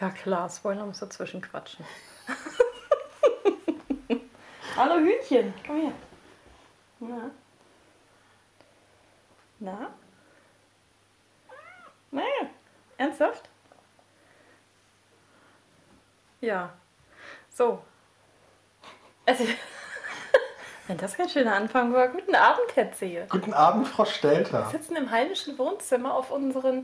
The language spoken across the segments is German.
Ja klar, Spoiler muss dazwischen quatschen. Hallo Hühnchen, komm her. Na? Na? Naja, ernsthaft? Ja. So. Also, wenn das kein schöner Anfang war, guten Abend, Herr Zehe. Guten Abend, Frau Stelter. Wir sitzen im heimischen Wohnzimmer auf unseren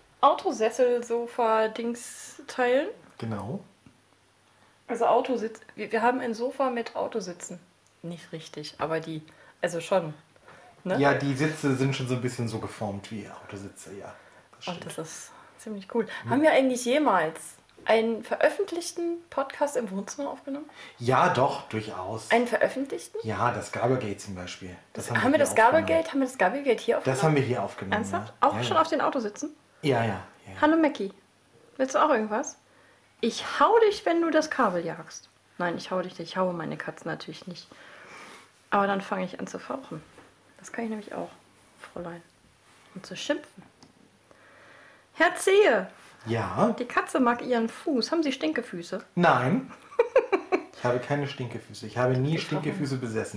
Autosessel-Sofa-Dings-Teilen. Genau. Also Autositz. Wir haben ein Sofa mit Autositzen. Nicht richtig, aber die. Also schon. Ne? Ja, die Sitze sind schon so ein bisschen so geformt wie Autositze, ja. Und das ist ziemlich cool. Haben wir eigentlich jemals einen veröffentlichten Podcast im Wohnzimmer aufgenommen? Ja, doch, durchaus. Einen veröffentlichten? Ja, das Gabelgate zum Beispiel. Haben wir das Gabelgate hier aufgenommen? Das haben wir hier aufgenommen. Ernsthaft? Ja. Auch schon auf den Autositzen? Ja. Hallo Mackie. Willst du auch irgendwas? Ich hau dich, wenn du das Kabel jagst. Nein, ich hau dich nicht. Ich haue meine Katzen natürlich nicht. Aber dann fange ich an zu fauchen. Das kann ich nämlich auch, Fräulein. Und zu schimpfen. Herr Zehe. Ja? Die Katze mag ihren Fuß. Haben Sie Stinkefüße? Nein. Ich habe keine Stinkefüße. Ich habe nie Stinkefüße besessen.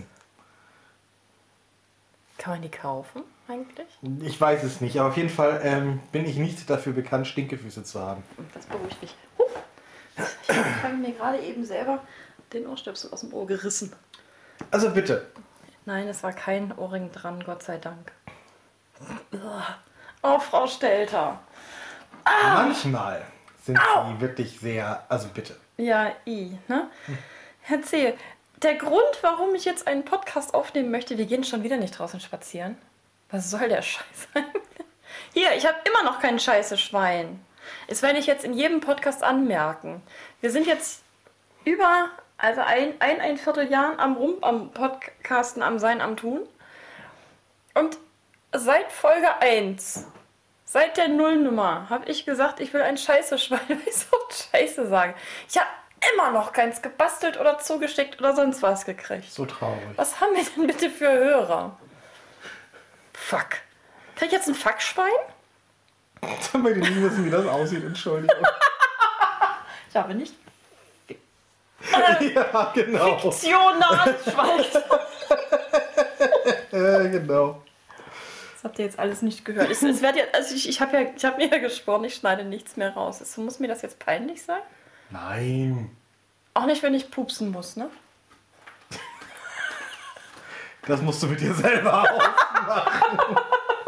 Kann man die kaufen eigentlich? Ich weiß es nicht, aber auf jeden Fall bin ich nicht dafür bekannt, Stinkefüße zu haben. Das beruhigt mich. Ich habe mir gerade eben selber den Ohrstöpsel aus dem Ohr gerissen. Also bitte. Nein, es war kein Ohrring dran, Gott sei Dank. Oh, Frau Stelter. Manchmal sind sie wirklich sehr... Also bitte. Ja, ne? Herr Zehe, der Grund, warum ich jetzt einen Podcast aufnehmen möchte, wir gehen schon wieder nicht draußen spazieren. Was soll der Scheiß sein? Hier, ich habe immer noch kein scheiße Schwein. Das werde ich jetzt in jedem Podcast anmerken. Wir sind jetzt über, also ein Vierteljahr am Podcasten, am Sein, am Tun. Und seit Folge 1, seit der Nullnummer, habe ich gesagt, ich will ein scheiße Schwein, weil ich so scheiße sage. Ich habe immer noch keins gebastelt oder zugesteckt oder sonst was gekriegt. So traurig. Was haben wir denn bitte für Hörer? Fuck. Krieg ich jetzt ein Fuckschwein? Jetzt haben wir nicht wissen, wie das aussieht. Entschuldigung. Ich habe nicht Ja, genau. fiktional Schwein. Genau. Das habt ihr jetzt alles nicht gehört. Es wird jetzt, also ich habe mir ja geschworen, ich schneide nichts mehr raus. Muss mir das jetzt peinlich sein? Nein. Auch nicht, wenn ich pupsen muss, ne? Das musst du mit dir selber ausmachen.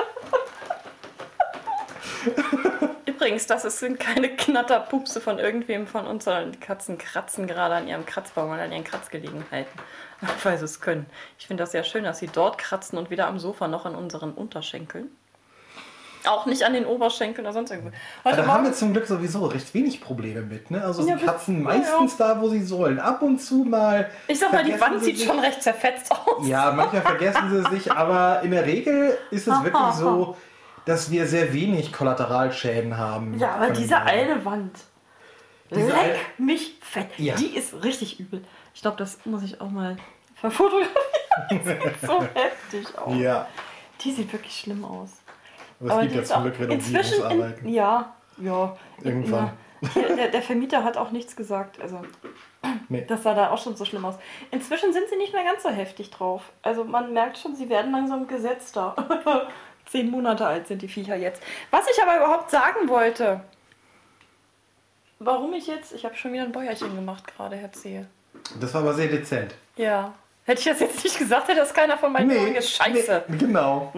Übrigens, sind keine Knatterpupse von irgendwem von uns, sondern die Katzen kratzen gerade an ihrem Kratzbaum und an ihren Kratzgelegenheiten, weil sie es können. Ich finde das sehr schön, dass sie dort kratzen und wieder am Sofa noch an unseren Unterschenkeln. Auch nicht an den Oberschenkeln oder sonst irgendwo. Da haben wir zum Glück sowieso recht wenig Probleme mit. Ne? Also sie kratzen meistens da, wo sie sollen. Ab und zu mal. Ich sag mal, die Wand sieht schon recht zerfetzt aus. Ja, manchmal vergessen sie sich, aber in der Regel ist es wirklich so, dass wir sehr wenig Kollateralschäden haben. Ja, aber diese eine Wand. Leck mich fett. Ja. Die ist richtig übel. Ich glaube, das muss ich auch mal verfotografieren. Die sieht so heftig aus. Ja. Die sieht wirklich schlimm aus. Aber es gibt ja zum Glück Renovierungsarbeiten. Ja. Irgendwann. Der Vermieter hat auch nichts gesagt. Also, nee. Das sah da auch schon so schlimm aus. Inzwischen sind sie nicht mehr ganz so heftig drauf. Also man merkt schon, sie werden langsam gesetzter. 10 Monate alt sind die Viecher jetzt. Was ich aber überhaupt sagen wollte, warum ich habe schon wieder ein Bäuerchen gemacht gerade, Herr Zehe. Das war aber sehr dezent. Ja. Hätte ich das jetzt nicht gesagt, hätte das keiner von meinen Ohren Scheiße. Nee, genau.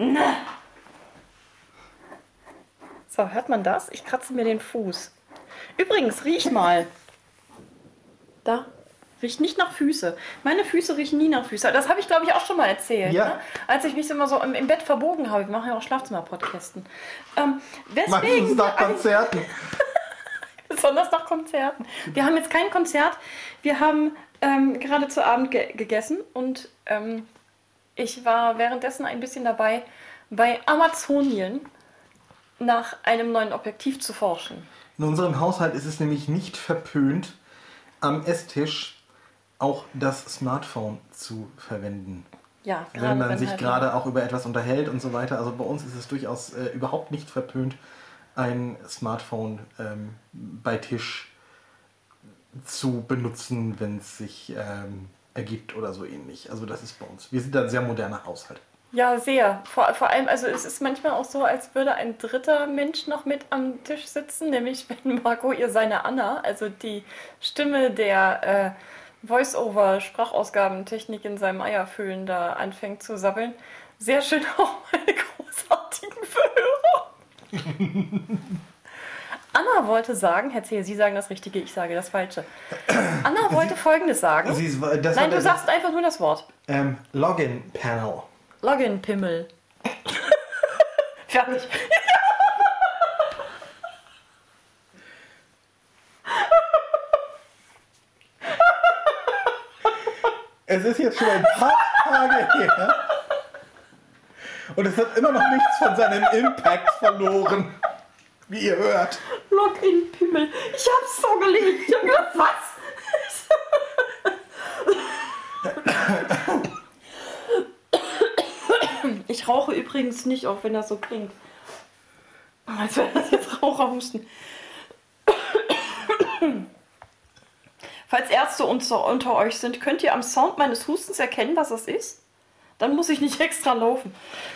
So, hört man das? Ich kratze mir den Fuß. Übrigens, riech mal. Da. Riecht nicht nach Füße. Meine Füße riechen nie nach Füße. Das habe ich, glaube ich, auch schon mal erzählt. Ja. Ne? Als ich mich immer so im Bett verbogen habe. Wir machen ja auch Schlafzimmer-Podcasten. Meistens nach Konzerten. Besonders nach Konzerten. Wir haben jetzt kein Konzert. Wir haben gerade zu Abend gegessen. Und ich war währenddessen ein bisschen dabei, bei Amazonien nach einem neuen Objektiv zu forschen. In unserem Haushalt ist es nämlich nicht verpönt, am Esstisch auch das Smartphone zu verwenden. Ja, wenn man sich gerade auch über etwas unterhält und so weiter. Also bei uns ist es durchaus überhaupt nicht verpönt, ein Smartphone bei Tisch zu benutzen, wenn es sich ergibt oder so ähnlich. Also das ist bei uns. Wir sind da ein sehr moderner Haushalt. Ja, sehr. Vor allem, also es ist manchmal auch so, als würde ein dritter Mensch noch mit am Tisch sitzen, nämlich wenn Marco ihr seine Anna, also die Stimme der Voice-over-Sprachausgabentechnik in seinem Eierfüllen da anfängt zu sabbeln. Sehr schön auch meine großartigen Verhörer. Anna wollte sagen, Herr Zehe, Sie sagen das Richtige, ich sage das Falsche. Anna wollte Folgendes sagen. Nein, du sagst einfach nur das Wort. Login-Panel. Login-Pimmel. Fertig. Es ist jetzt schon ein paar Tage her. Und es hat immer noch nichts von seinem Impact verloren. Wie ihr hört. Login-Pimmel. Ich hab's so geliebt. Ich hab gedacht, was? Ich rauche übrigens nicht, auch wenn das so klingt. Als wäre das jetzt Raucherhusten. Falls Ärzte unter euch sind, könnt ihr am Sound meines Hustens erkennen, was das ist? Dann muss ich nicht extra laufen.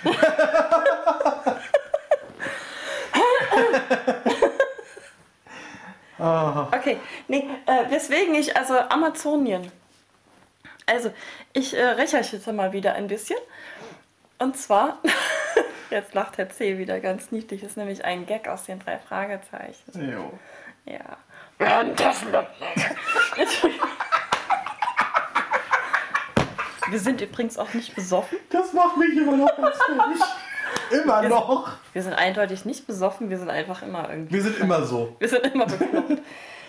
Okay, nee, weswegen ich, also Amazonien. Also, ich recherchierte mal wieder ein bisschen. Und zwar, jetzt lacht Herr C. wieder ganz niedlich, ist nämlich ein Gag aus den 3 Fragezeichen. Jo. Ja. Wir sind übrigens auch nicht besoffen. Das macht mich immer noch ganz fertig. Immer noch. Wir sind eindeutig nicht besoffen, wir sind einfach immer irgendwie. Wir sind immer so. Wir sind immer bekloppt.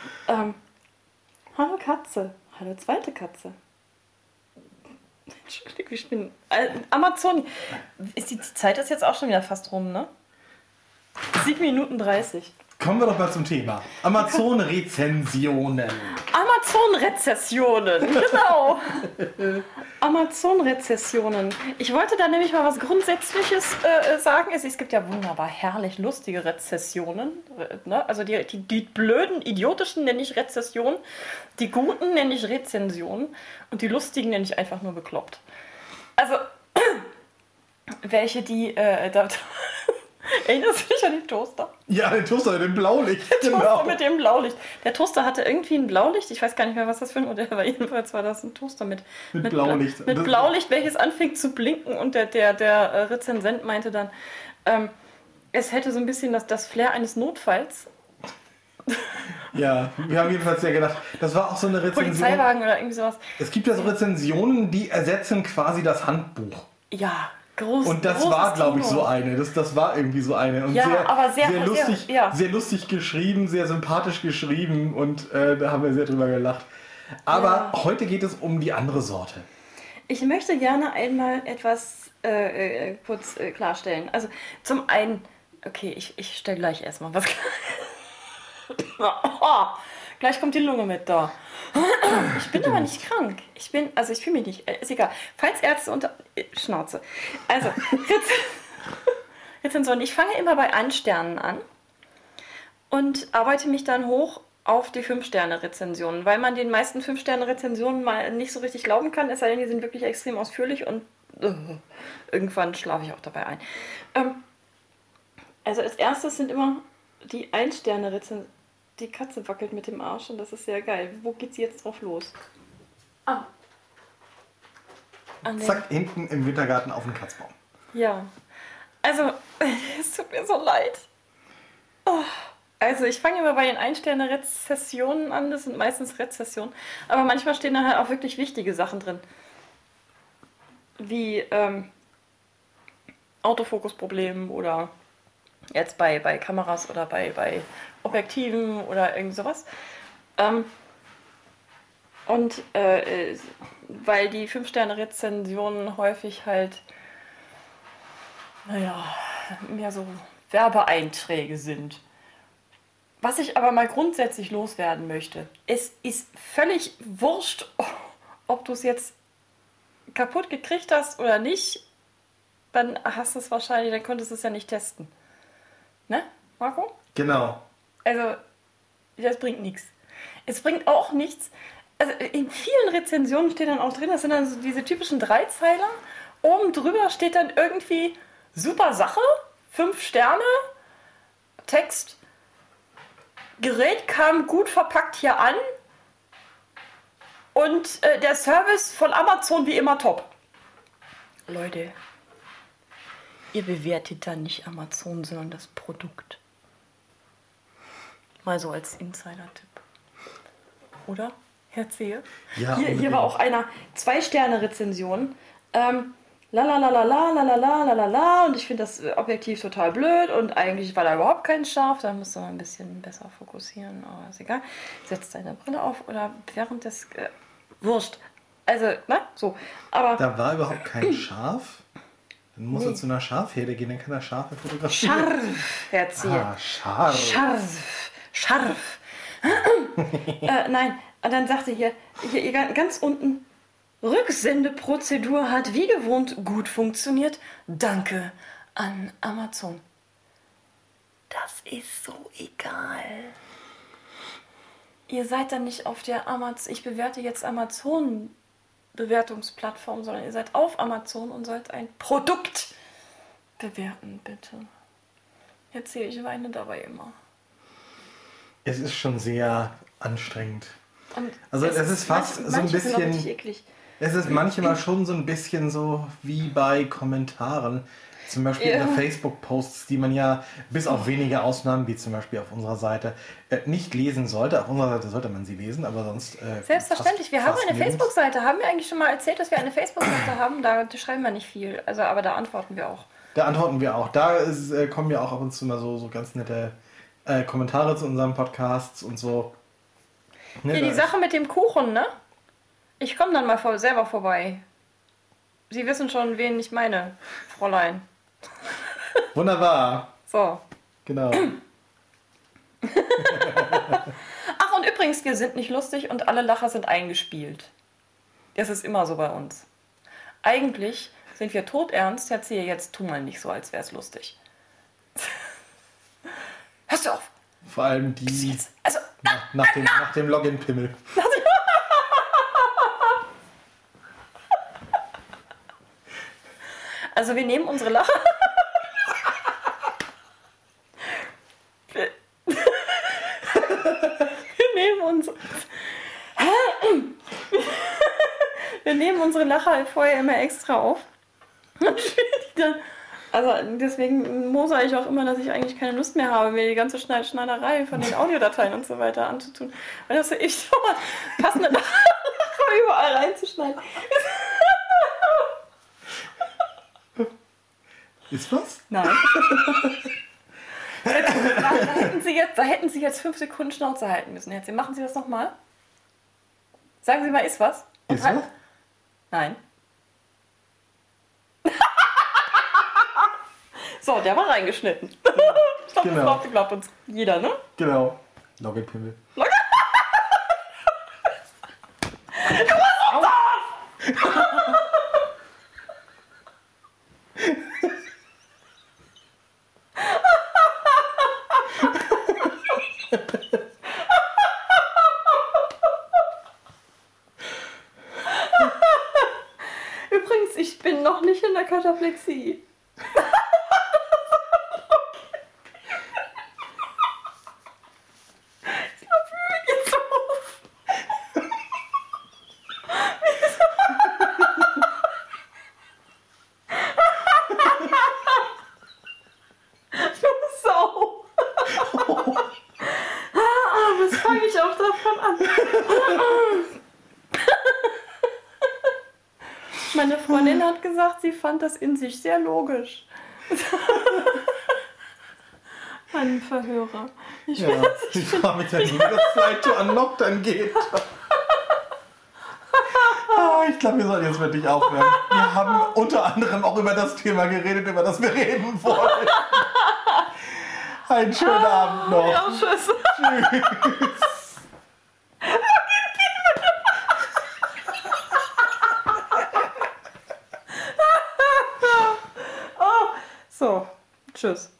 Hallo Katze. Hallo zweite Katze. Entschuldigung, ich bin. Amazon. Die Zeit ist jetzt auch schon wieder fast rum, ne? 7 Minuten 30. Kommen wir doch mal zum Thema. Amazon-Rezensionen. Amazon-Rezessionen, genau. Amazon-Rezessionen. Ich wollte da nämlich mal was Grundsätzliches sagen. Es gibt ja wunderbar herrlich lustige Rezessionen. Ne? Also die blöden, idiotischen nenne ich Rezessionen. Die guten nenne ich Rezensionen. Und die lustigen nenne ich einfach nur bekloppt. Also, welche die... Erinnerst du dich an den Toaster? Ja, den Toaster mit dem Blaulicht. Der Toaster mit dem Blaulicht. Der Toaster hatte irgendwie ein Blaulicht. Ich weiß gar nicht mehr, was das für ein Modell war. Jedenfalls war das ein Toaster mit Blaulicht. Mit Blaulicht, welches anfängt zu blinken. Und der Rezensent meinte dann, es hätte so ein bisschen das Flair eines Notfalls. Ja, wir haben jedenfalls ja gedacht, das war auch so eine Rezension. Polizeiwagen oder irgendwie sowas. Es gibt ja so Rezensionen, die ersetzen quasi das Handbuch. Ja, groß. Und das war, glaube ich, so eine. Das war irgendwie so eine. Und ja, aber sehr lustig, ja. Sehr lustig geschrieben, sehr sympathisch geschrieben und da haben wir sehr drüber gelacht. Aber heute geht es um die andere Sorte. Ich möchte gerne einmal etwas kurz klarstellen. Also zum einen, okay, ich stelle gleich erstmal was klar. Gleich kommt die Lunge mit da. Ich bin aber nicht krank. Ich fühle mich nicht. Ist egal. Falls Ärzte unter. Schnauze. Also, Rezensionen. Ich fange immer bei 1 Sternen an und arbeite mich dann hoch auf die 5-Sterne-Rezensionen, weil man den meisten 5-Sterne-Rezensionen mal nicht so richtig glauben kann, es sei denn, die sind wirklich extrem ausführlich und irgendwann schlafe ich auch dabei ein. Also als erstes sind immer die 1-Sterne-Rezensionen. Die Katze wackelt mit dem Arsch und das ist sehr geil. Wo geht sie jetzt drauf los? Zack, hinten im Wintergarten auf dem Katzbaum. Ja. Also, es tut mir so leid. Oh. Also, ich fange immer bei den 1-Sterne-Rezessionen an. Das sind meistens Rezessionen. Aber manchmal stehen da halt auch wirklich wichtige Sachen drin. Wie Autofokusproblemen oder jetzt bei Kameras oder bei Objektiven oder irgend sowas. Weil die 5-Sterne-Rezensionen häufig halt, mehr so Werbeeinträge sind. Was ich aber mal grundsätzlich loswerden möchte, es ist völlig wurscht, ob du es jetzt kaputt gekriegt hast oder nicht, dann hast du es wahrscheinlich, dann konntest du es ja nicht testen. Ne, Marco? Genau. Also, das bringt nichts. Es bringt auch nichts. Also in vielen Rezensionen steht dann auch drin, das sind dann so diese typischen Dreizeiler. Oben drüber steht dann irgendwie super Sache, 5 Sterne, Text, Gerät kam gut verpackt hier an und der Service von Amazon wie immer top. Leute, ihr bewertet da nicht Amazon, sondern das Produkt. Mal so als Insider-Tipp. Oder? Erzähl. Ja, hier war auch einer 2-Sterne-Rezension. Lalalala, und ich finde das objektiv total blöd und eigentlich war da überhaupt kein Scharf, da musst du mal ein bisschen besser fokussieren, aber ist egal. Setz deine Brille auf oder während des... Wurscht. Also, ne? So. Aber... Da war überhaupt kein Schaf? Dann muss er zu einer Schafherde gehen, dann kann er Schafe fotografieren. Scharf, erzähl. Scharf. Scharf. Nein, und dann sagte hier ganz unten, Rücksendeprozedur hat wie gewohnt gut funktioniert. Danke an Amazon. Das ist so egal. Ihr seid dann nicht auf der Amazon, ich bewerte jetzt Amazon Bewertungsplattform, sondern ihr seid auf Amazon und sollt ein Produkt bewerten, bitte. Erzähl, ich weine dabei immer. Es ist schon sehr anstrengend. Und also es ist fast so ein bisschen... Es ist manchmal schon so ein bisschen so wie bei Kommentaren. Zum Beispiel in Facebook-Posts, die man ja bis auf wenige Ausnahmen, wie zum Beispiel auf unserer Seite, nicht lesen sollte. Auf unserer Seite sollte man sie lesen, aber sonst... Selbstverständlich, wir haben eine Facebook-Seite. Haben wir eigentlich schon mal erzählt, dass wir eine Facebook-Seite haben? Da schreiben wir nicht viel, also, aber da antworten wir auch. Da kommen ja auch ab und zu mal so ganz nette Kommentare zu unseren Podcasts und so. Ne, hier die Sache mit dem Kuchen, ne? Ich komme dann mal selber vorbei. Sie wissen schon, wen ich meine, Fräulein. Wunderbar. So. Genau. Ach, und übrigens, wir sind nicht lustig und alle Lacher sind eingespielt. Das ist immer so bei uns. Eigentlich sind wir todernst. Erzähl, jetzt tu mal nicht so, als wäre es lustig. Hörst du auf? Vor allem die also, nach dem Login-Pimmel. Also wir nehmen unsere Lacher. Wir nehmen unsere Lacher vorher immer extra auf. Also deswegen moser ich auch immer, dass ich eigentlich keine Lust mehr habe, mir die ganze Schneiderei von den Audiodateien und so weiter anzutun. Weil das so echt dauert, passende Lacher überall reinzuschneiden. Ist was? Nein. Da hätten Sie jetzt 5 Sekunden Schnauze halten müssen. Jetzt machen Sie das nochmal. Sagen Sie mal, ist was? Ist was? Nein. So, der war reingeschnitten. Ich glaube, genau. Das glaubt uns jeder, ne? Genau. Login-Pimmel. Übrigens, ich bin noch nicht in der Kataplexie. Meine Freundin hat gesagt, sie fand das in sich sehr logisch. Ein Verhörer. Ich frage mich dann, wie das Flight to Unlock dann geht. Ich glaube, wir sollten jetzt wirklich aufhören. Wir haben unter anderem auch über das Thema geredet, über das wir reden wollen. Einen schönen Abend noch. Ja, tschüss. Tschüss. So, tschüss.